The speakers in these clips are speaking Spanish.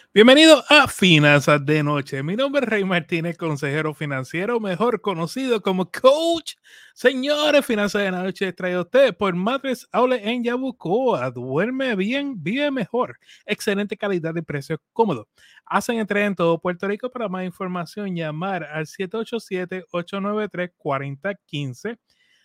Bienvenido a Finanzas de Noche. Mi nombre es Rey Martínez, consejero financiero, mejor conocido como Coach. Señores, Finanzas de Noche traído a ustedes por Matres Outlet en Yabucoa. Duerme bien, vive mejor. Excelente calidad y precio cómodo. Hacen entrega en todo Puerto Rico. Para más información, llamar al 787-893-4015,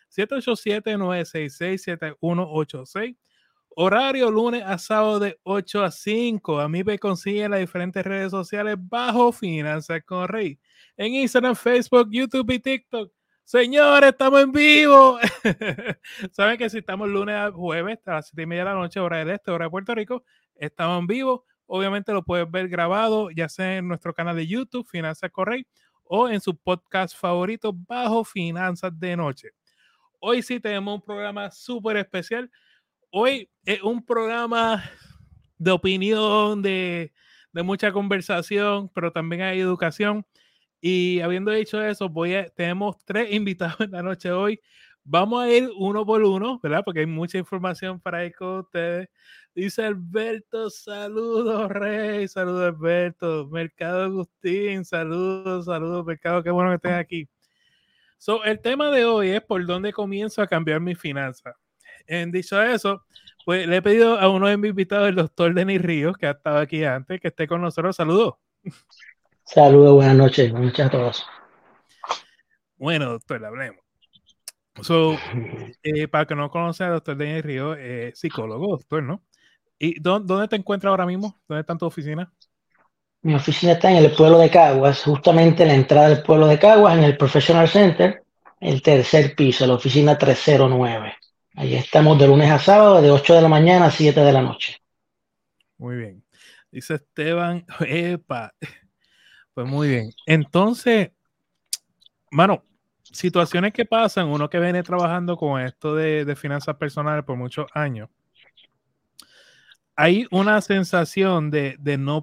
787-966-7186. Horario lunes a sábado de 8 a 5. A mí me consiguen en las diferentes redes sociales bajo Finanzas con Rey. En Instagram, Facebook, YouTube y TikTok. Señores, estamos en vivo. Saben que si estamos lunes a jueves a las 7:30 de la noche, hora del este, hora de Puerto Rico, estamos en vivo. Obviamente lo puedes ver grabado, ya sea en nuestro canal de YouTube, Finanzas con Rey, o en su podcast favorito bajo Finanzas de Noche. Hoy sí tenemos un programa súper especial. Hoy es un programa de opinión, de mucha conversación, pero también hay educación. Y habiendo dicho eso, tenemos 3 invitados en la noche de hoy. Vamos a ir uno por uno, ¿verdad? Porque hay mucha información para ir con ustedes. Dice Alberto, saludos Rey, saludos Alberto. Mercado Agustín, saludos Mercado, qué bueno que estés aquí. El tema de hoy es por dónde comienzo a cambiar mi finanza. En dicho eso, pues le he pedido a uno de mis invitados, el doctor Denis Ríos, que ha estado aquí antes, que esté con nosotros. Saludos. Saludos, buenas noches a todos. Bueno, doctor, hablemos. Para que no conozca al doctor Denis Ríos, psicólogo, doctor, ¿no? ¿Y dónde te encuentras ahora mismo? ¿Dónde está tu oficina? Mi oficina está en el pueblo de Caguas, justamente en la entrada del pueblo de Caguas, en el Professional Center, el tercer piso, la oficina 309. Allí estamos de lunes a sábado, de 8 de la mañana a 7 de la noche. Muy bien. Dice Esteban, epa. Pues muy bien. Entonces, mano, situaciones que pasan, uno que viene trabajando con esto de finanzas personales por muchos años, hay una sensación de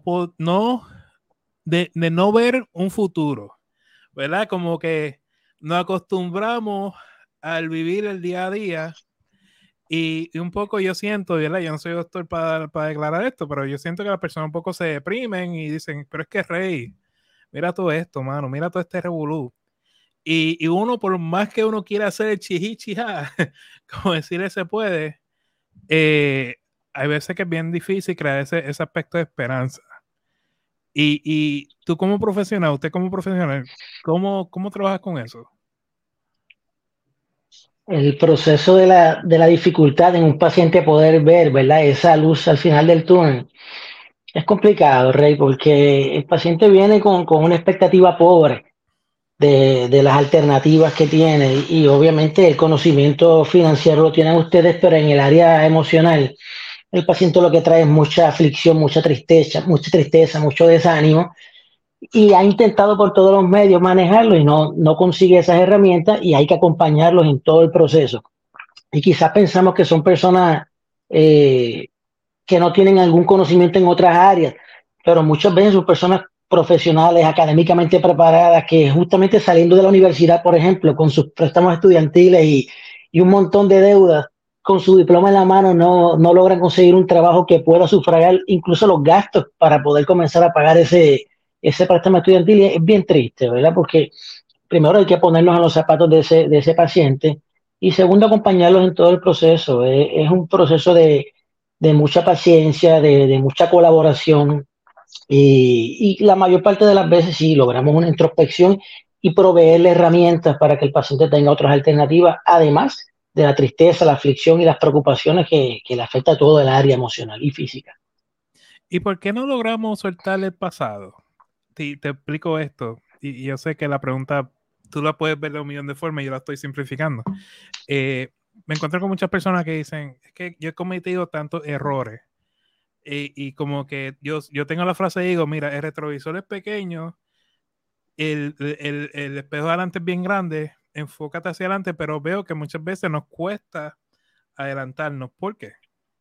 no ver un futuro, ¿verdad? Como que nos acostumbramos al vivir el día a día y un poco yo siento, ¿verdad? Yo no soy doctor para declarar esto, pero yo siento que las personas un poco se deprimen y dicen, pero es que Rey, mira todo esto, mano, mira todo este revolú. Y uno, por más que uno quiera hacer el chihichija, como decirle se puede, hay veces que es bien difícil crear ese aspecto de esperanza. Y tú como profesional, usted como profesional, ¿cómo trabajas con eso? El proceso de la dificultad en un paciente poder ver, ¿verdad? Esa luz al final del túnel es complicado, Rey, porque el paciente viene con una expectativa pobre de las alternativas que tiene y obviamente el conocimiento financiero lo tienen ustedes, pero en el área emocional el paciente lo que trae es mucha aflicción, mucha tristeza, mucho desánimo y ha intentado por todos los medios manejarlo y no consigue esas herramientas y hay que acompañarlos en todo el proceso. Y quizás pensamos que son personas que no tienen algún conocimiento en otras áreas, pero muchas veces son personas profesionales, académicamente preparadas, que justamente saliendo de la universidad, por ejemplo, con sus préstamos estudiantiles y un montón de deudas, con su diploma en la mano no logran conseguir un trabajo que pueda sufragar incluso los gastos para poder comenzar a pagar ese préstamo estudiantil. Y es bien triste, ¿verdad? Porque primero hay que ponernos en los zapatos de ese paciente y segundo acompañarlos en todo el proceso. Es un proceso de mucha paciencia, de mucha colaboración y la mayor parte de las veces sí logramos una introspección y proveerle herramientas para que el paciente tenga otras alternativas, además de la tristeza, la aflicción y las preocupaciones que le afecta a todo el área emocional y física. ¿Y por qué no logramos soltar el pasado? Te explico esto, y yo sé que la pregunta tú la puedes ver de un millón de formas y yo la estoy simplificando. Me encuentro con muchas personas que dicen, es que yo he cometido tantos errores y como que yo tengo la frase y digo, mira, el retrovisor es pequeño, el espejo de adelante es bien grande, enfócate hacia adelante, pero veo que muchas veces nos cuesta adelantarnos. ¿Por qué?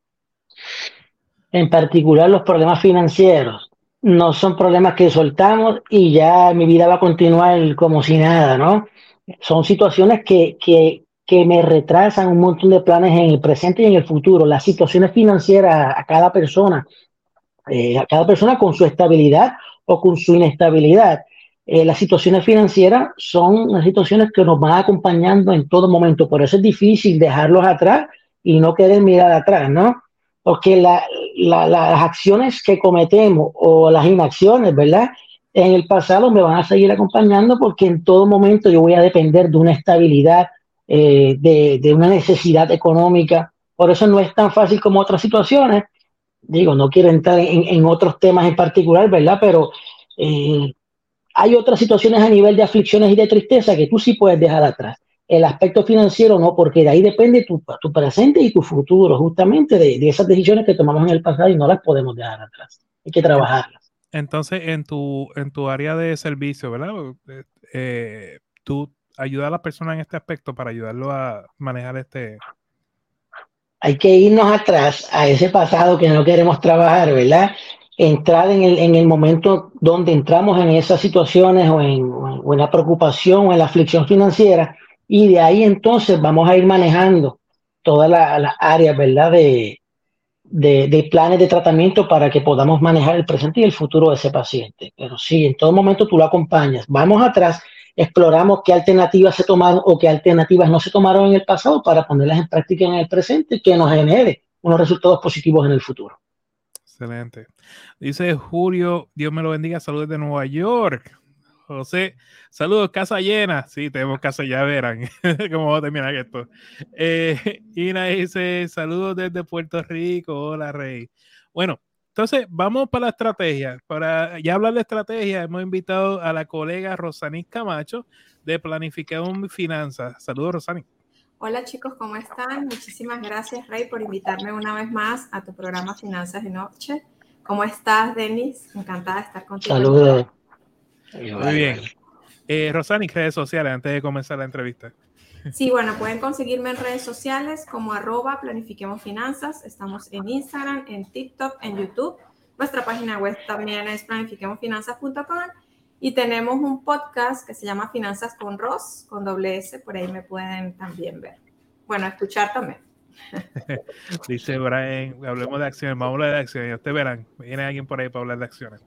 En particular, los problemas financieros no son problemas que soltamos y ya mi vida va a continuar como si nada, ¿no? Son situaciones que me retrasan un montón de planes en el presente y en el futuro. Las situaciones financieras a cada persona cada persona con su estabilidad o con su inestabilidad. Las situaciones financieras son las situaciones que nos van acompañando en todo momento, por eso es difícil dejarlos atrás y no querer mirar atrás, ¿no? Porque las acciones que cometemos o las inacciones, ¿verdad? En el pasado me van a seguir acompañando porque en todo momento yo voy a depender de una estabilidad, de una necesidad económica. Por eso no es tan fácil como otras situaciones. Digo, no quiero entrar en otros temas en particular, ¿verdad? Pero eh, hay otras situaciones a nivel de aflicciones y de tristeza que tú sí puedes dejar atrás. El aspecto financiero no, porque de ahí depende tu presente y tu futuro, justamente de esas decisiones que tomamos en el pasado y no las podemos dejar atrás. Hay que trabajarlas. Entonces, en tu área de servicio, ¿verdad? Tú ayudas a las personas en este aspecto para ayudarlo a manejar este... Hay que irnos atrás a ese pasado que no queremos trabajar, ¿verdad? Entrar en el momento donde entramos en esas situaciones o en la preocupación o en la aflicción financiera y de ahí entonces vamos a ir manejando todas las áreas, ¿verdad? De planes de tratamiento para que podamos manejar el presente y el futuro de ese paciente. Pero sí, en todo momento tú lo acompañas. Vamos atrás, exploramos qué alternativas se tomaron o qué alternativas no se tomaron en el pasado para ponerlas en práctica en el presente que nos genere unos resultados positivos en el futuro. Excelente. Dice Julio, Dios me lo bendiga, saludos de Nueva York. José, saludos, casa llena. Sí, tenemos casa, ya verán cómo vamos a terminar esto. Ina dice, saludos desde Puerto Rico. Hola, Rey. Bueno, entonces vamos para la estrategia. Para ya hablar de estrategia, hemos invitado a la colega Rosani Camacho de Planificación Finanzas. Saludos, Rosani. Hola chicos, ¿cómo están? Muchísimas gracias, Rey, por invitarme una vez más a tu programa Finanzas de Noche. ¿Cómo estás, Denis? Encantada de estar contigo. Saludos. Muy bien. Rosani, redes sociales antes de comenzar la entrevista. Sí, bueno, pueden conseguirme en redes sociales como @planifiquemos finanzas. Estamos en Instagram, en TikTok, en YouTube. Nuestra página web también es planifiquemosfinanzas.com y tenemos un podcast que se llama Finanzas con Ros, con doble S, por ahí me pueden también ver. Bueno, escuchar también. Dice Brian, hablemos de acciones, vamos a hablar de acciones, ustedes verán, viene alguien por ahí para hablar de acciones.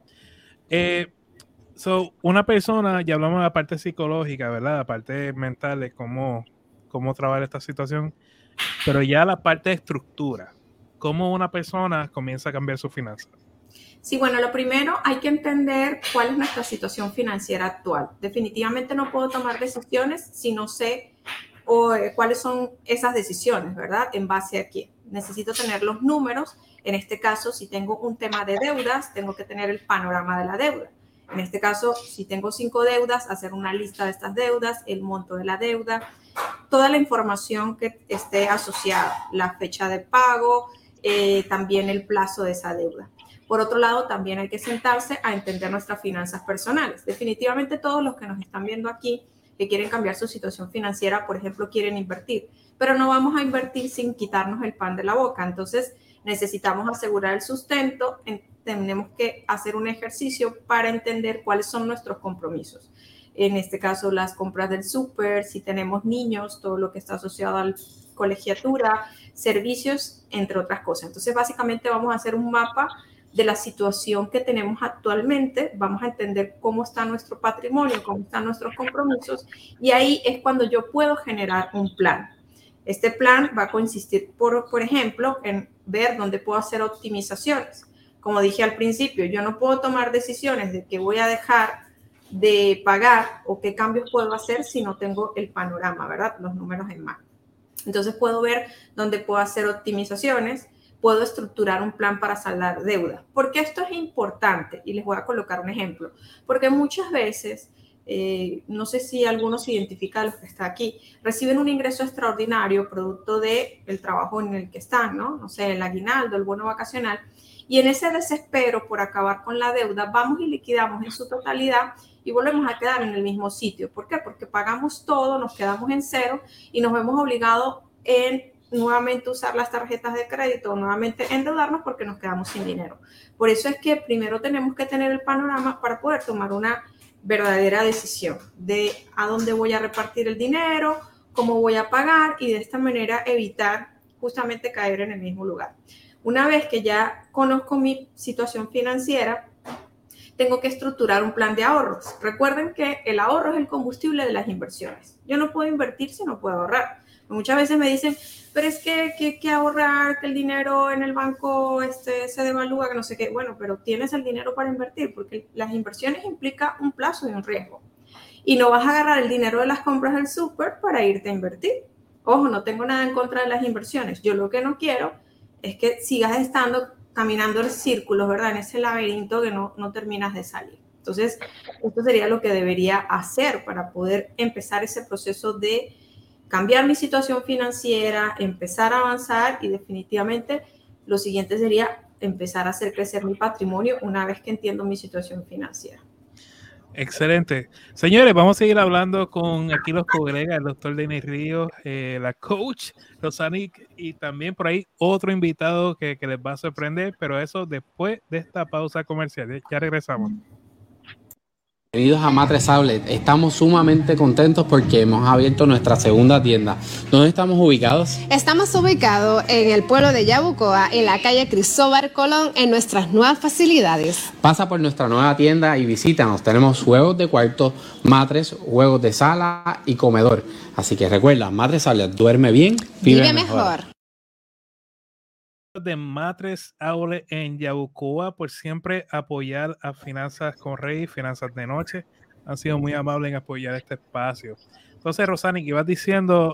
Una persona, ya hablamos de la parte psicológica, ¿verdad? La parte mental de cómo trabajar esta situación, pero ya la parte de estructura, cómo una persona comienza a cambiar sus finanzas. Sí, bueno, lo primero hay que entender cuál es nuestra situación financiera actual. Definitivamente no puedo tomar decisiones si no sé cuáles son esas decisiones, ¿verdad? ¿En base a qué? Necesito tener los números. En este caso, si tengo un tema de deudas, tengo que tener el panorama de la deuda. En este caso, si tengo 5 deudas, hacer una lista de estas deudas, el monto de la deuda, toda la información que esté asociada, la fecha de pago, también el plazo de esa deuda. Por otro lado, también hay que sentarse a entender nuestras finanzas personales. Definitivamente todos los que nos están viendo aquí que quieren cambiar su situación financiera, por ejemplo, quieren invertir, pero no vamos a invertir sin quitarnos el pan de la boca. Entonces, necesitamos asegurar el sustento, tenemos que hacer un ejercicio para entender cuáles son nuestros compromisos. En este caso, las compras del súper, si tenemos niños, todo lo que está asociado a la colegiatura, servicios, entre otras cosas. Entonces, básicamente vamos a hacer un mapa de la situación que tenemos actualmente, vamos a entender cómo está nuestro patrimonio, cómo están nuestros compromisos, y ahí es cuando yo puedo generar un plan. Este plan va a consistir, por ejemplo, en ver dónde puedo hacer optimizaciones. Como dije al principio, yo no puedo tomar decisiones de que voy a dejar de pagar o qué cambios puedo hacer si no tengo el panorama, ¿verdad? Los números en mano. Entonces puedo ver dónde puedo hacer optimizaciones, puedo estructurar un plan para saldar deuda. ¿Por qué esto es importante? Y les voy a colocar un ejemplo. Porque muchas veces, no sé si alguno se identifica de los que está aquí, reciben un ingreso extraordinario producto del trabajo en el que están, ¿no? No sé, el aguinaldo, el bono vacacional. Y en ese desespero por acabar con la deuda, vamos y liquidamos en su totalidad y volvemos a quedar en el mismo sitio. ¿Por qué? Porque pagamos todo, nos quedamos en cero y nos vemos obligados en nuevamente usar las tarjetas de crédito o nuevamente endeudarnos porque nos quedamos sin dinero. Por eso es que primero tenemos que tener el panorama para poder tomar una verdadera decisión de a dónde voy a repartir el dinero, cómo voy a pagar y de esta manera evitar justamente caer en el mismo lugar. Una vez que ya conozco mi situación financiera, tengo que estructurar un plan de ahorros. Recuerden que el ahorro es el combustible de las inversiones. Yo no puedo invertir si no puedo ahorrar. Muchas veces me dicen, pero es que ahorrar, que el dinero en el banco se devalúa, que no sé qué. Bueno, pero tienes el dinero para invertir, porque las inversiones implican un plazo y un riesgo. Y no vas a agarrar el dinero de las compras del súper para irte a invertir. Ojo, no tengo nada en contra de las inversiones. Yo lo que no quiero es que sigas estando caminando en círculos, ¿verdad? En ese laberinto que no terminas de salir. Entonces, esto sería lo que debería hacer para poder empezar ese proceso de cambiar mi situación financiera, empezar a avanzar y definitivamente lo siguiente sería empezar a hacer crecer mi patrimonio una vez que entiendo mi situación financiera. Excelente. Señores, vamos a seguir hablando con aquí los colegas, el doctor Denis Ríos, la coach Rosani y también por ahí otro invitado que les va a sorprender, pero eso después de esta pausa comercial. Ya regresamos. Bienvenidos a Matres Outlet. Estamos sumamente contentos porque hemos abierto nuestra segunda tienda. ¿Dónde estamos ubicados? Estamos ubicados en el pueblo de Yabucoa, en la calle Cristóbal Colón, en nuestras nuevas facilidades. Pasa por nuestra nueva tienda y visítanos. Tenemos juegos de cuarto, matres, juegos de sala y comedor. Así que recuerda, Matres Outlet, duerme bien, vive mejor. De Matres Outlet en Yabucoa por siempre apoyar a Finanzas con Rey, Finanzas de Noche. Han sido muy amables en apoyar este espacio. Entonces, Rosani, que ibas diciendo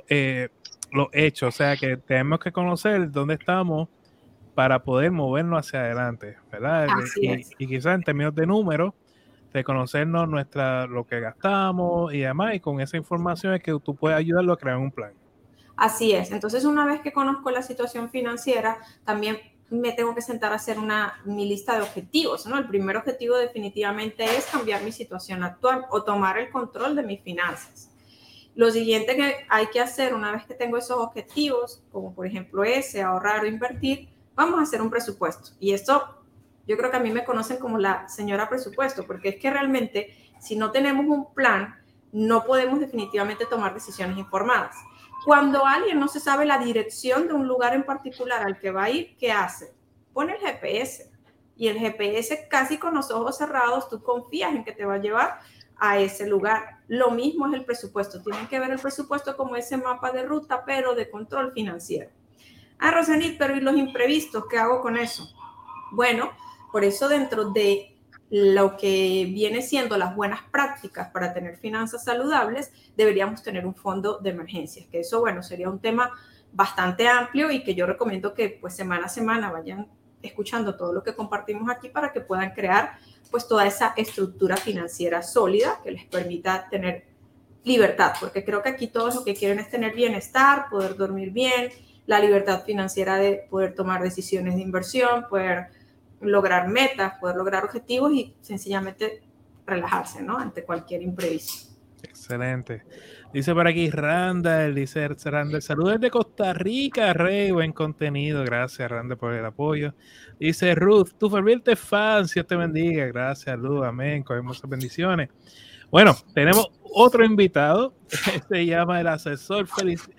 los hechos, o sea que tenemos que conocer dónde estamos para poder movernos hacia adelante, ¿verdad? Y quizás en términos de números, de conocernos lo que gastamos y demás, y con esa información es que tú puedes ayudarlo a crear un plan. Así es. Entonces, una vez que conozco la situación financiera, también me tengo que sentar a hacer mi lista de objetivos, ¿no? El primer objetivo definitivamente es cambiar mi situación actual o tomar el control de mis finanzas. Lo siguiente que hay que hacer una vez que tengo esos objetivos, como por ejemplo ahorrar o invertir, vamos a hacer un presupuesto. Y esto, yo creo que a mí me conocen como la señora presupuesto, porque es que realmente si no tenemos un plan, no podemos definitivamente tomar decisiones informadas. Cuando alguien no se sabe la dirección de un lugar en particular al que va a ir, ¿qué hace? Pone el GPS. Y el GPS casi con los ojos cerrados, tú confías en que te va a llevar a ese lugar. Lo mismo es el presupuesto. Tienen que ver el presupuesto como ese mapa de ruta, pero de control financiero. Rosanit, pero ¿y los imprevistos? ¿Qué hago con eso? Bueno, por eso dentro de lo que viene siendo las buenas prácticas para tener finanzas saludables, deberíamos tener un fondo de emergencias, que eso, bueno, sería un tema bastante amplio y que yo recomiendo que pues semana a semana vayan escuchando todo lo que compartimos aquí para que puedan crear pues toda esa estructura financiera sólida que les permita tener libertad, porque creo que aquí todos lo que quieren es tener bienestar, poder dormir bien, la libertad financiera de poder tomar decisiones de inversión, poder lograr metas, poder lograr objetivos y sencillamente relajarse, ¿no? Ante cualquier imprevisto. Excelente. Dice por aquí Randall, saludos desde Costa Rica, Rey, buen contenido, gracias Randall por el apoyo. Dice Ruth, tu ferviente fan, Dios te bendiga, gracias Ruth, amén, cogemos esas bendiciones. Bueno, tenemos otro invitado, se llama el asesor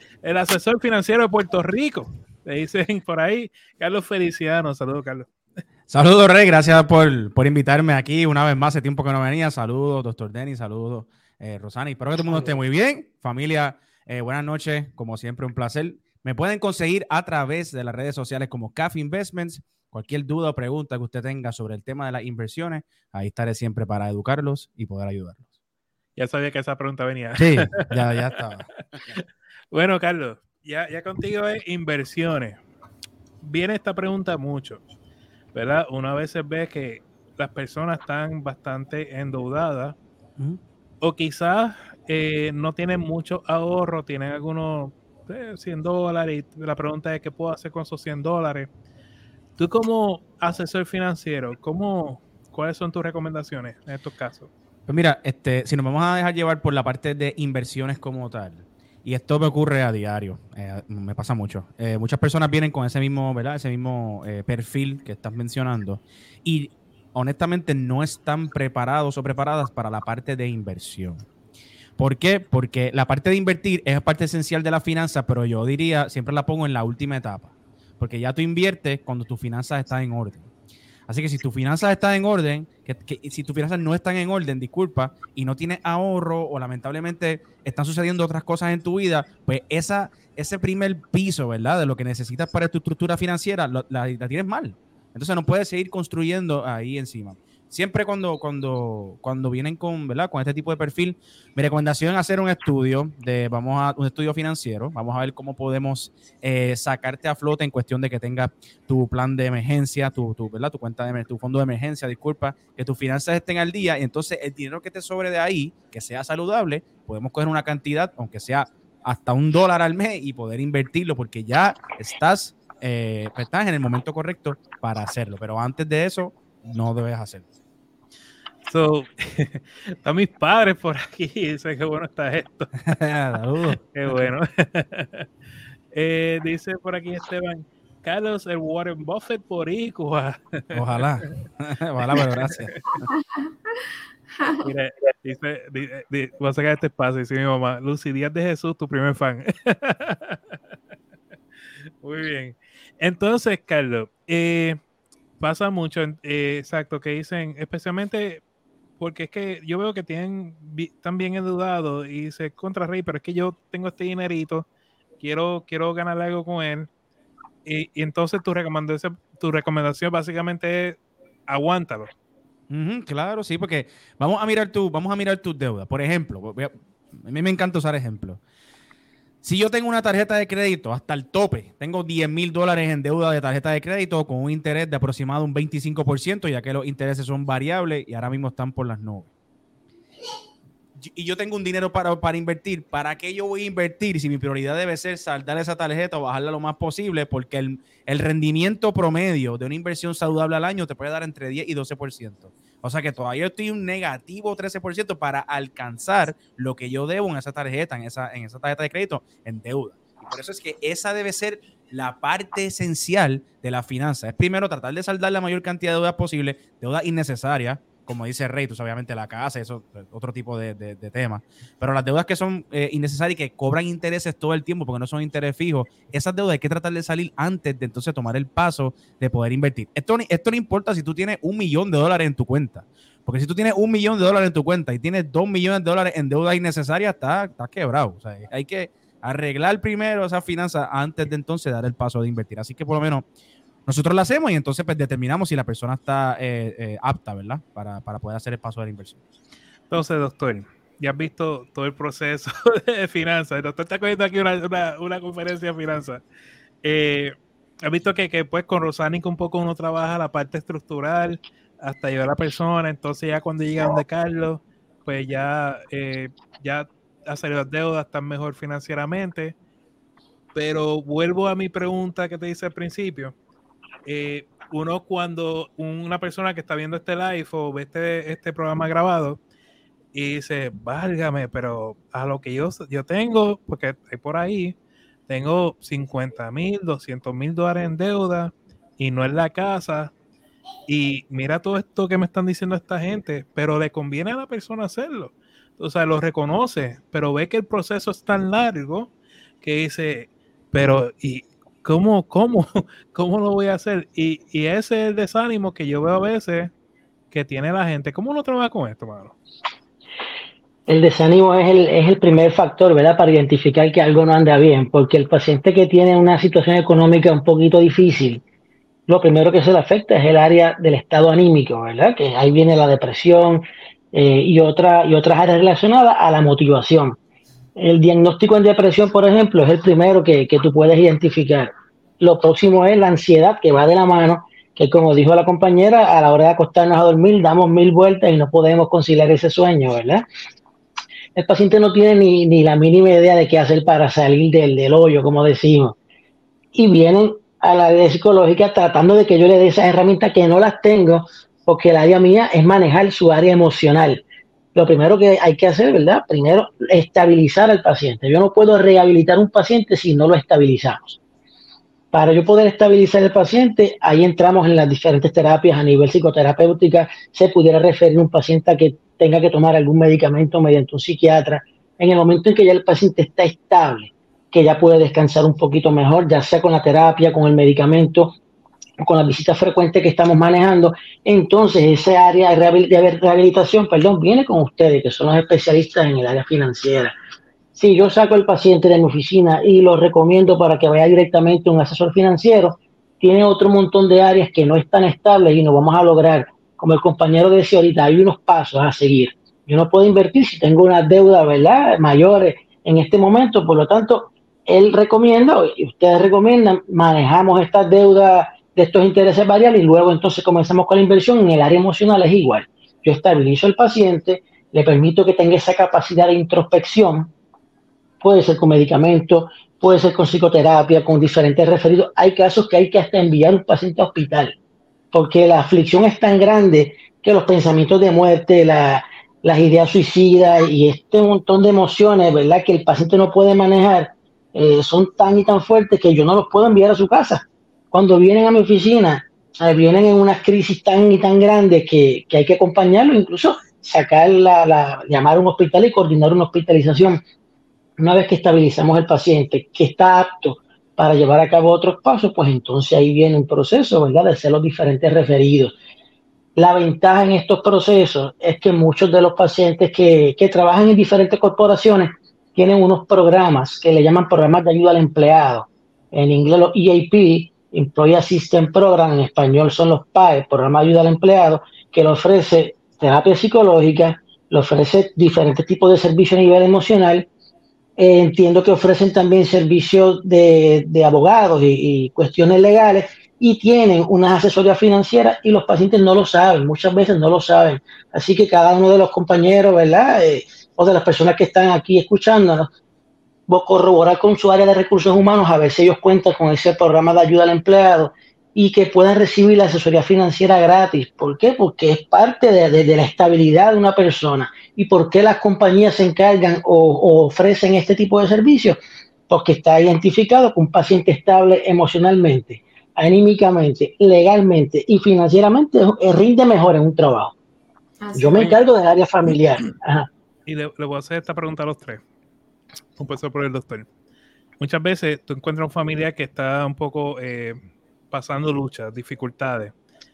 financiero de Puerto Rico, le dicen por ahí, Carlos Feliciano, saludos Carlos. Saludos, Rey, gracias por invitarme aquí una vez más, hace tiempo que no venía. Saludos, doctor Denis, saludos, Rosani. Espero que todo el mundo esté muy bien. Familia, buenas noches, como siempre, un placer. Me pueden conseguir a través de las redes sociales como CAF Investments. Cualquier duda o pregunta que usted tenga sobre el tema de las inversiones, ahí estaré siempre para educarlos y poder ayudarlos. Ya sabía que esa pregunta venía. Sí, ya estaba. Bueno, Carlos, ya contigo es inversiones. Viene esta pregunta mucho, ¿verdad? Uno a veces ve que las personas están bastante endeudadas o quizás no tienen mucho ahorro, tienen algunos $100 y la pregunta es ¿qué puedo hacer con esos $100? Tú como asesor financiero, ¿cuáles son tus recomendaciones en estos casos? Pues mira, si nos vamos a dejar llevar por la parte de inversiones como tal, y esto me ocurre a diario, me pasa mucho. Muchas personas vienen con ese mismo, ¿verdad? Ese mismo perfil que estás mencionando y honestamente no están preparados o preparadas para la parte de inversión. ¿Por qué? Porque la parte de invertir es parte esencial de la finanza, pero yo diría, siempre la pongo en la última etapa. porque ya tú inviertes cuando tus finanzas están en orden. Así que si tus finanzas están en orden, si tus finanzas no están en orden, disculpa, y no tienes ahorro o lamentablemente están sucediendo otras cosas en tu vida, pues ese primer piso, ¿verdad? De lo que necesitas para tu estructura financiera, la tienes mal. Entonces no puedes seguir construyendo ahí encima. Siempre cuando vienen con, ¿verdad? Con este tipo de perfil, mi recomendación es hacer un estudio un estudio financiero. Vamos a ver cómo podemos sacarte a flote en cuestión de que tengas tu plan de emergencia, ¿verdad? Tu fondo de emergencia, disculpa, que tus finanzas estén al día, y entonces el dinero que te sobre de ahí, que sea saludable, podemos coger una cantidad, aunque sea hasta $1 al mes, y poder invertirlo, porque ya estás en el momento correcto para hacerlo. Pero antes de eso, no debes hacerlo. Están mis padres por aquí. Dice qué bueno está esto. Saludos. Qué bueno. Dice por aquí Esteban, Carlos, el Warren Buffett boricua. Ojalá, pero gracias. Mira, voy a sacar este espacio. Dice mi mamá, Lucy Díaz de Jesús, tu primer fan. Muy bien. Entonces, Carlos, pasa mucho, exacto, que dicen, especialmente porque es que yo veo que están bien endeudados y dice, contra Rey, pero es que yo tengo este dinerito, quiero ganar algo con él, y entonces tu recomendación básicamente es aguántalo. Claro, sí, porque vamos a mirar tus deudas. Por ejemplo, a mí me encanta usar ejemplos. Si yo tengo una tarjeta de crédito hasta el tope, tengo $10,000 en deuda de tarjeta de crédito con un interés de aproximado un 25%, ya que los intereses son variables y ahora mismo están por las nubes. Y yo tengo un dinero para invertir. ¿Para qué yo voy a invertir si mi prioridad debe ser saldar esa tarjeta o bajarla lo más posible? Porque el rendimiento promedio de una inversión saludable al año te puede dar entre 10 y 12%. O sea que todavía estoy un negativo 13% para alcanzar lo que yo debo en esa tarjeta, en esa tarjeta de crédito, en deuda. Y por eso es que esa debe ser la parte esencial de la finanza. Es primero tratar de saldar la mayor cantidad de deudas posible, deudas innecesarias, como dice Rey, pues obviamente la casa, eso es otro tipo de tema. Pero las deudas que son innecesarias y que cobran intereses todo el tiempo porque no son interés fijos, esas deudas hay que tratar de salir antes de entonces tomar el paso de poder invertir. Esto no importa si tú tienes $1 millón en tu cuenta. Porque si tú tienes $1 millón en tu cuenta y tienes $2 millones en deudas innecesarias, está quebrado. O sea, hay que arreglar primero esas finanzas antes de entonces dar el paso de invertir. Así que por lo menos nosotros lo hacemos y entonces pues determinamos si la persona está apta, ¿verdad? Para poder hacer el paso de la inversión. Entonces, doctor, ya has visto todo el proceso de finanzas. El doctor está cogiendo aquí una conferencia de finanzas. Has visto que pues con Rosanic un poco uno trabaja la parte estructural hasta llegar a la persona. Entonces ya cuando llega donde Carlos, pues ya ha salido las deudas, están mejor financieramente. Pero vuelvo a mi pregunta que te hice al principio. Uno cuando una persona que está viendo este live o ve este programa grabado y dice, válgame, pero a lo que yo tengo, porque estoy por ahí, tengo $50,000, $200,000 en deuda y no es la casa, y mira todo esto que me están diciendo esta gente, pero le conviene a la persona hacerlo, o sea, lo reconoce, pero ve que el proceso es tan largo que dice, pero ¿y ¿Cómo lo voy a hacer? Y ese es el desánimo que yo veo a veces que tiene la gente. ¿Cómo uno trabaja con esto, mano? El desánimo es el primer factor, ¿verdad? Para identificar que algo no anda bien, porque el paciente que tiene una situación económica un poquito difícil, lo primero que se le afecta es el área del estado anímico, ¿verdad? Que ahí viene la depresión y otras áreas relacionadas a la motivación. El diagnóstico en depresión, por ejemplo, es el primero que tú puedes identificar. Lo próximo es la ansiedad, que va de la mano, que como dijo la compañera, a la hora de acostarnos a dormir damos 1000 vueltas y no podemos conciliar ese sueño, ¿verdad? El paciente no tiene ni la mínima idea de qué hacer para salir del hoyo, como decimos. Y vienen a la área psicológica tratando de que yo le dé esas herramientas que no las tengo, porque el área mía es manejar su área emocional. Lo primero que hay que hacer, ¿verdad? Primero, estabilizar al paciente. Yo no puedo rehabilitar un paciente si no lo estabilizamos. Para yo poder estabilizar al paciente, ahí entramos en las diferentes terapias a nivel psicoterapéutica. Se pudiera referir a un paciente a que tenga que tomar algún medicamento mediante un psiquiatra. En el momento en que ya el paciente está estable, que ya puede descansar un poquito mejor, ya sea con la terapia, con el medicamento, con las visitas frecuentes que estamos manejando. Entonces ese área de rehabilitación, viene con ustedes, que son los especialistas en el área financiera. Si yo saco al paciente de mi oficina y lo recomiendo para que vaya directamente a un asesor financiero, tiene otro montón de áreas que no están estables y no vamos a lograr. Como el compañero decía ahorita, hay unos pasos a seguir. Yo no puedo invertir si tengo unas deudas, ¿verdad?, mayores en este momento. Por lo tanto, él recomienda, y ustedes recomiendan, manejamos estas deudas de estos intereses variables y luego entonces comenzamos con la inversión. En el área emocional es igual. Yo estabilizo al paciente, le permito que tenga esa capacidad de introspección. Puede ser con medicamentos, puede ser con psicoterapia, con diferentes referidos. Hay casos que hay que hasta enviar un paciente a hospital, porque la aflicción es tan grande que los pensamientos de muerte, las ideas suicidas y este montón de emociones, ¿verdad?, que el paciente no puede manejar, son tan y tan fuertes que yo no los puedo enviar a su casa. Cuando vienen a mi oficina, vienen en unas crisis tan y tan grandes que hay que acompañarlo, incluso llamar a un hospital y coordinar una hospitalización. Una vez que estabilizamos el paciente, que está apto para llevar a cabo otros pasos, pues entonces ahí viene un proceso, ¿verdad?, de hacer los diferentes referidos. La ventaja en estos procesos es que muchos de los pacientes que trabajan en diferentes corporaciones tienen unos programas que le llaman programas de ayuda al empleado. En inglés los EAP, Employee Assistance Program, en español son los PAE, Programa de Ayuda al Empleado, que le ofrece terapia psicológica, le ofrece diferentes tipos de servicios a nivel emocional. Entiendo que ofrecen también servicios de abogados y cuestiones legales, y tienen unas asesorías financieras y los pacientes no lo saben, muchas veces no lo saben. Así que cada uno de los compañeros, ¿verdad?, o de las personas que están aquí escuchándonos, voy a corroborar con su área de recursos humanos a ver si ellos cuentan con ese programa de ayuda al empleado y que puedan recibir la asesoría financiera gratis. ¿Por qué? Porque es parte de la estabilidad de una persona. ¿Y por qué las compañías se encargan o ofrecen este tipo de servicios? Porque está identificado que un paciente estable emocionalmente, anímicamente, legalmente y financieramente rinde mejor en un trabajo. Yo me encargo del área familiar. Ajá. Y le voy a hacer esta pregunta a los tres. Empezó por el doctor. Muchas veces tú encuentras un familiar que está un poco pasando luchas, dificultades,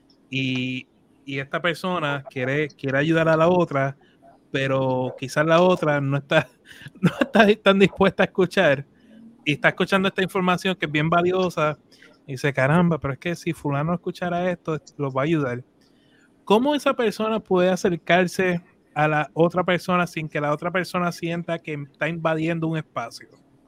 y esta persona quiere ayudar a la otra, pero quizás la otra no está tan dispuesta a escuchar, y está escuchando esta información que es bien valiosa, y dice, caramba, pero es que si fulano escuchara esto, lo va a ayudar. ¿Cómo esa persona puede acercarse a la otra persona sin que la otra persona sienta que está invadiendo un espacio?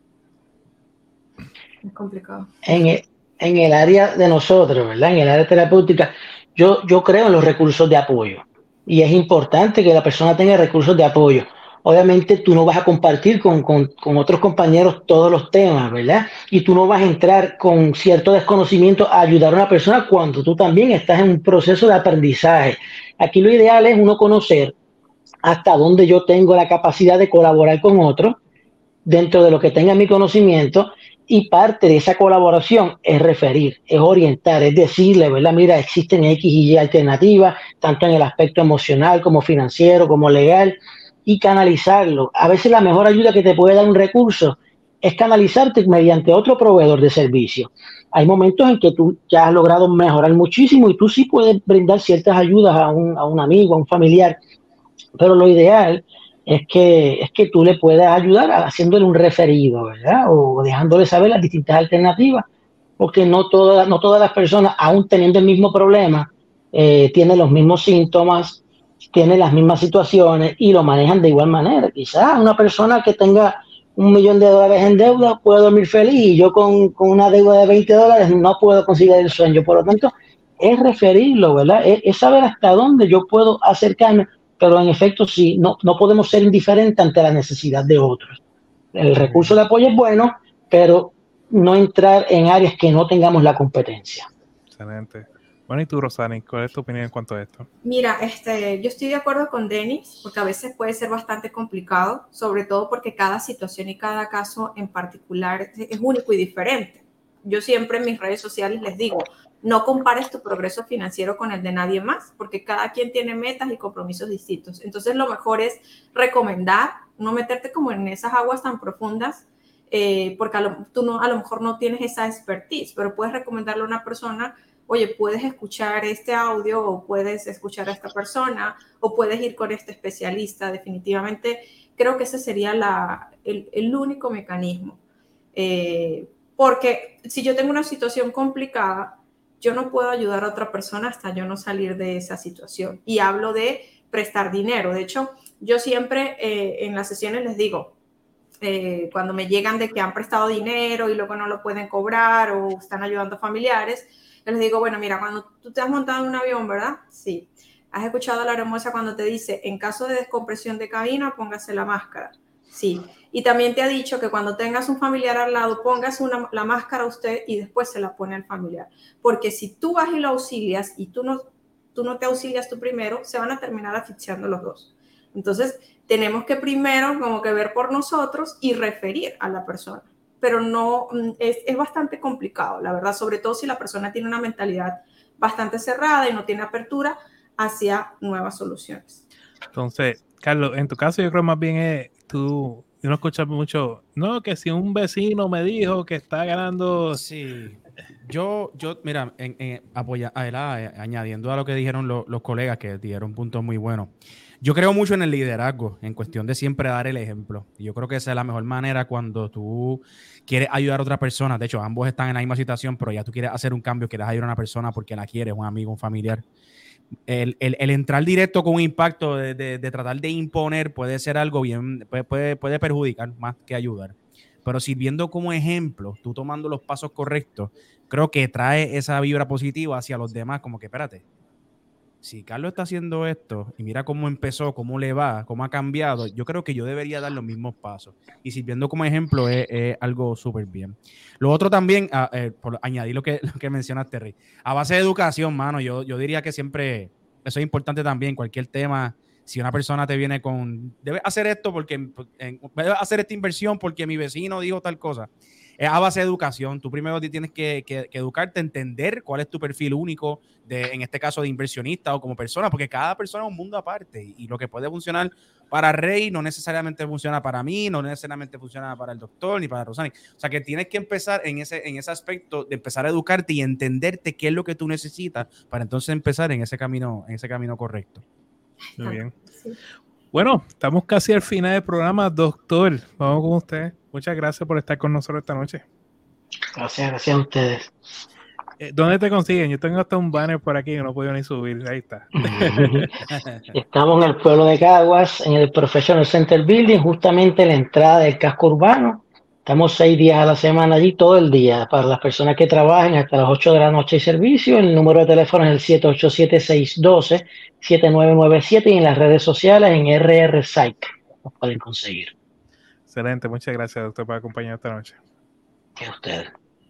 Es complicado. En el área de nosotros, ¿verdad?, en el área terapéutica, yo creo en los recursos de apoyo, y es importante que la persona tenga recursos de apoyo. Obviamente tú no vas a compartir con otros compañeros todos los temas, ¿verdad? Y tú no vas a entrar con cierto desconocimiento a ayudar a una persona cuando tú también estás en un proceso de aprendizaje. Aquí lo ideal es uno conocer hasta dónde yo tengo la capacidad de colaborar con otros dentro de lo que tenga mi conocimiento, y parte de esa colaboración es referir, es orientar, es decirle, ¿verdad?, mira, existen X y Y alternativas, tanto en el aspecto emocional como financiero, como legal, y canalizarlo. A veces la mejor ayuda que te puede dar un recurso es canalizarte mediante otro proveedor de servicio. Hay momentos en que tú ya has logrado mejorar muchísimo y tú sí puedes brindar ciertas ayudas a un amigo, a un familiar, pero lo ideal es que tú le puedas ayudar haciéndole un referido, ¿verdad?, o dejándole saber las distintas alternativas, porque no todas las personas, aún teniendo el mismo problema, tienen los mismos síntomas, tienen las mismas situaciones y lo manejan de igual manera. Quizás una persona que tenga $1 millón en deuda puede dormir feliz, y yo con una deuda de $20 no puedo conseguir el sueño. Por lo tanto, es referirlo, ¿verdad?, es saber hasta dónde yo puedo acercarme, pero en efecto sí, no podemos ser indiferentes ante la necesidad de otros. El recurso de apoyo es bueno, pero no entrar en áreas que no tengamos la competencia. Excelente. Bueno, y tú, Rosani, ¿cuál es tu opinión en cuanto a esto? Mira, yo estoy de acuerdo con Denis, porque a veces puede ser bastante complicado, sobre todo porque cada situación y cada caso en particular es único y diferente. Yo siempre en mis redes sociales les digo, no compares tu progreso financiero con el de nadie más, porque cada quien tiene metas y compromisos distintos. Entonces, lo mejor es recomendar, no meterte como en esas aguas tan profundas porque tú a lo mejor no tienes esa expertise, pero puedes recomendarle a una persona, oye, puedes escuchar este audio o puedes escuchar a esta persona o puedes ir con este especialista. Definitivamente creo que ese sería el único mecanismo. Porque si yo tengo una situación complicada, yo no puedo ayudar a otra persona hasta yo no salir de esa situación. Y hablo de prestar dinero. De hecho, yo siempre en las sesiones les digo, cuando me llegan de que han prestado dinero y luego no lo pueden cobrar o están ayudando a familiares, yo les digo, bueno, mira, cuando tú te has montado en un avión, ¿verdad? Sí. ¿Has escuchado a la hermosa cuando te dice, en caso de descompresión de cabina, póngase la máscara? Sí. Y también te ha dicho que cuando tengas un familiar al lado, póngase la máscara a usted y después se la pone al familiar. Porque si tú vas y lo auxilias y tú no te auxilias tú primero, se van a terminar asfixiando los dos. Entonces, tenemos que primero como que ver por nosotros y referir a la persona. Pero no, es bastante complicado, la verdad, sobre todo si la persona tiene una mentalidad bastante cerrada y no tiene apertura hacia nuevas soluciones. Entonces, Carlos, en tu caso yo creo más bien yo no escuchas mucho, no, que si un vecino me dijo que está ganando... Sí, mira, añadiendo a lo que dijeron los colegas, que dieron puntos muy buenos, yo creo mucho en el liderazgo, en cuestión de siempre dar el ejemplo. Y yo creo que esa es la mejor manera cuando tú quieres ayudar a otra persona. De hecho, ambos están en la misma situación, pero ya tú quieres hacer un cambio, quieres ayudar a una persona porque la quieres, un amigo, un familiar. El entrar directo con un impacto de tratar de imponer puede ser algo bien, puede perjudicar más que ayudar. Pero sirviendo como ejemplo, tú tomando los pasos correctos, creo que trae esa vibra positiva hacia los demás, como que espérate, si Carlos está haciendo esto y mira cómo empezó, cómo le va, cómo ha cambiado, yo creo que yo debería dar los mismos pasos. Y sirviendo como ejemplo es algo súper bien. Lo otro también, por añadir lo que mencionaste, Rey, a base de educación, mano, yo diría que siempre, eso es importante también, cualquier tema, si una persona te viene con, debes hacer esto debes hacer esta inversión porque mi vecino dijo tal cosa. Es a base de educación. Tú primero tienes que educarte, entender cuál es tu perfil único, en este caso de inversionista o como persona, porque cada persona es un mundo aparte y lo que puede funcionar para Rey no necesariamente funciona para mí, no necesariamente funciona para el doctor ni para Rosani. O sea que tienes que empezar en ese aspecto de empezar a educarte y entenderte qué es lo que tú necesitas para entonces empezar en ese camino correcto. Muy bien. Bueno, estamos casi al final del programa, doctor. Vamos con usted. Muchas gracias por estar con nosotros esta noche. Gracias a ustedes. ¿Dónde te consiguen? Yo tengo hasta un banner por aquí que no puedo ni subir. Ahí está. Estamos en el pueblo de Caguas, en el Professional Center Building, justamente en la entrada del casco urbano. Estamos 6 días a la semana allí, todo el día. Para las personas que trabajen hasta las 8 de la noche hay servicio. El número de teléfono es el 787-612-7997 y en las redes sociales en RR Psych nos pueden conseguir. Excelente, muchas gracias, doctor, por acompañarnos esta noche. A ustedes.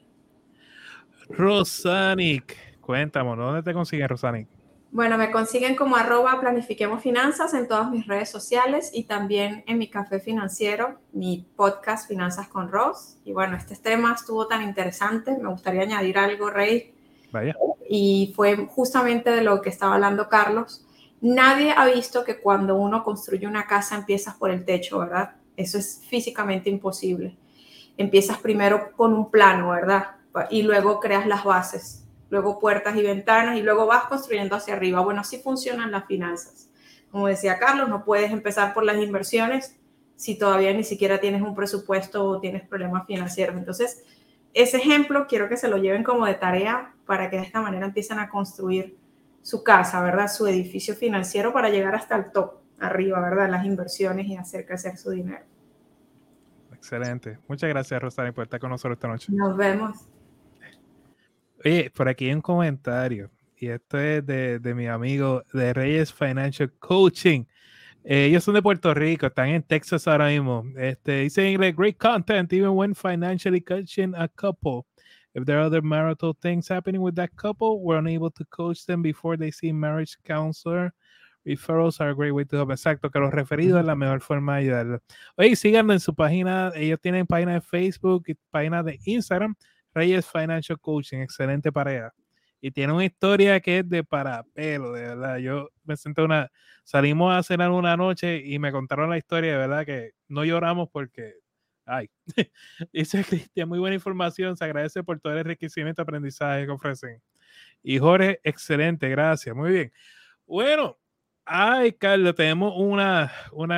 Rosanic, cuéntame, ¿dónde te consiguen, Rosanic? Bueno, me consiguen como @planifiquemos finanzas en todas mis redes sociales y también en mi café financiero, mi podcast Finanzas con Ros. Y bueno, este tema estuvo tan interesante, me gustaría añadir algo, Rey. Vaya. Y fue justamente de lo que estaba hablando Carlos. Nadie ha visto que cuando uno construye una casa empiezas por el techo, ¿verdad? Eso es físicamente imposible. Empiezas primero con un plano, ¿verdad? Y luego creas las bases. Luego puertas y ventanas y luego vas construyendo hacia arriba. Bueno, así funcionan las finanzas. Como decía Carlos, no puedes empezar por las inversiones si todavía ni siquiera tienes un presupuesto o tienes problemas financieros. Entonces, ese ejemplo quiero que se lo lleven como de tarea para que de esta manera empiecen a construir su casa, ¿verdad? Su edificio financiero para llegar hasta el top, arriba, ¿verdad? Las inversiones y hacer crecer su dinero. Excelente. Muchas gracias, Rosani, por estar con nosotros esta noche. Nos vemos. Oye, por aquí hay un comentario y esto es de mi amigo de Reyes Financial Coaching. Ellos son de Puerto Rico, están en Texas ahora mismo. Dice en inglés, great content, even when financially coaching a couple. If there are other marital things happening with that couple, we're unable to coach them before they see marriage counselor. Referrals are a great way to help. Exacto, que los referidos es la mejor forma de ayudarlos. Oye, síganlo en su página. Ellos tienen página de Facebook y página de Instagram. Reyes Financial Coaching, excelente pareja. Y tiene una historia que es de parapelo, de verdad. Yo me senté salimos a cenar una noche y me contaron la historia, de verdad que no lloramos porque Ay, dice Cristian, muy buena información. Se agradece por todo el enriquecimiento y aprendizaje que ofrecen. Y Jorge, excelente, gracias. Muy bien. Bueno, ay, Carlos, tenemos una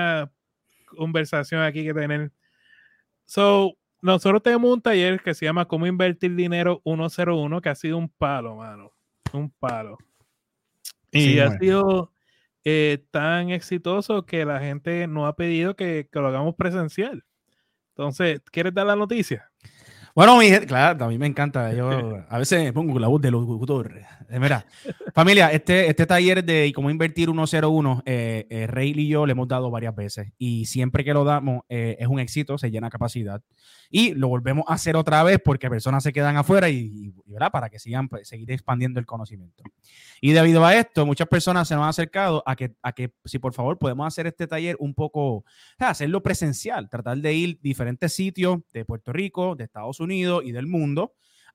conversación aquí que tener. So, nosotros tenemos un taller que se llama Cómo Invertir Dinero 101, que ha sido un palo, mano. Un palo. Y Sí, ha bueno. sido tan exitoso que la gente nos ha pedido que lo hagamos presencial. Entonces, ¿quieres dar la noticia? Bueno, mi gente, claro, a mí me encanta. Yo a veces me pongo la voz de locutor. Mira, familia, este taller de cómo invertir 101, Rey y yo le hemos dado varias veces y siempre que lo damos es un éxito, se llena capacidad y lo volvemos a hacer otra vez porque personas se quedan afuera y ¿verdad? Para que sigan seguir expandiendo el conocimiento. Y debido a esto, muchas personas se nos han acercado a que si por favor podemos hacer este taller un poco, hacerlo presencial, tratar de ir a diferentes sitios de Puerto Rico, de Estados Unidos y del mundo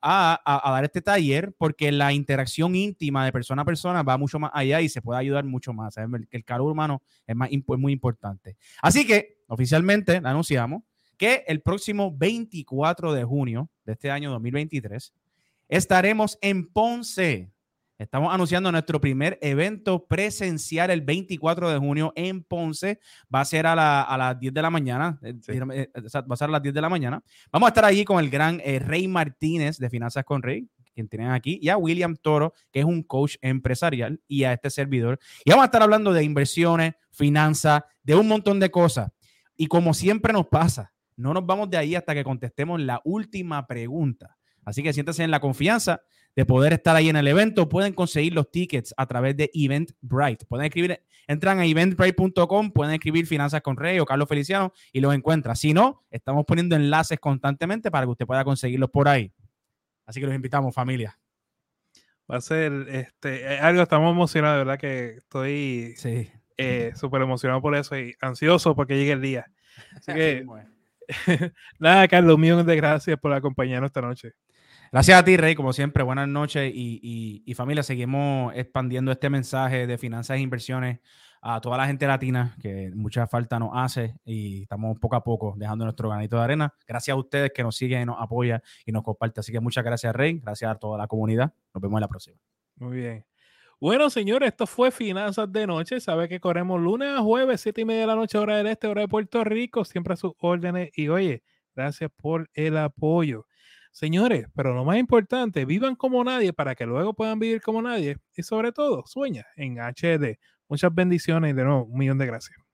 a dar este taller porque la interacción íntima de persona a persona va mucho más allá y se puede ayudar mucho más. ¿Sabes? El calor humano es muy importante. Así que oficialmente anunciamos que el próximo 24 de junio de este año 2023 estaremos en Ponce. Estamos anunciando nuestro primer evento presencial el 24 de junio en Ponce. Va a ser a las 10 de la mañana. Sí. Va a ser a las 10 de la mañana. Vamos a estar allí con el gran Rey Martínez de Finanzas con Rey, quien tienen aquí, y a William Toro, que es un coach empresarial, y a este servidor. Y vamos a estar hablando de inversiones, finanzas, de un montón de cosas. Y como siempre nos pasa, no nos vamos de ahí hasta que contestemos la última pregunta. Así que siéntense en la confianza de poder estar ahí en el evento. Pueden conseguir los tickets a través de Eventbrite. Pueden escribir, entran a eventbrite.com, pueden escribir Finanzas con Rey o Carlos Feliciano y los encuentran. Si no, estamos poniendo enlaces constantemente para que usted pueda conseguirlos por ahí. Así que los invitamos, familia. Va a ser algo, estamos emocionados, ¿verdad? Que estoy súper emocionado por eso y ansioso porque llegue el día. Así que, nada, Carlos, mío de gracias por acompañarnos esta noche. Gracias a ti, Rey, como siempre, buenas noches y familia, seguimos expandiendo este mensaje de finanzas e inversiones a toda la gente latina que mucha falta nos hace y estamos poco a poco dejando nuestro granito de arena. Gracias a ustedes que nos siguen, nos apoyan y nos comparten. Así que muchas gracias, Rey, gracias a toda la comunidad. Nos vemos en la próxima. Muy bien. Bueno, señores, esto fue Finanzas de Noche. Sabe que corremos lunes a jueves, 7:30 de la noche, hora del este, hora de Puerto Rico. Siempre a sus órdenes. Y oye, gracias por el apoyo. Señores, pero lo más importante, vivan como nadie para que luego puedan vivir como nadie. Y sobre todo, sueña en HD. Muchas bendiciones y de nuevo, 1,000,000 de gracias.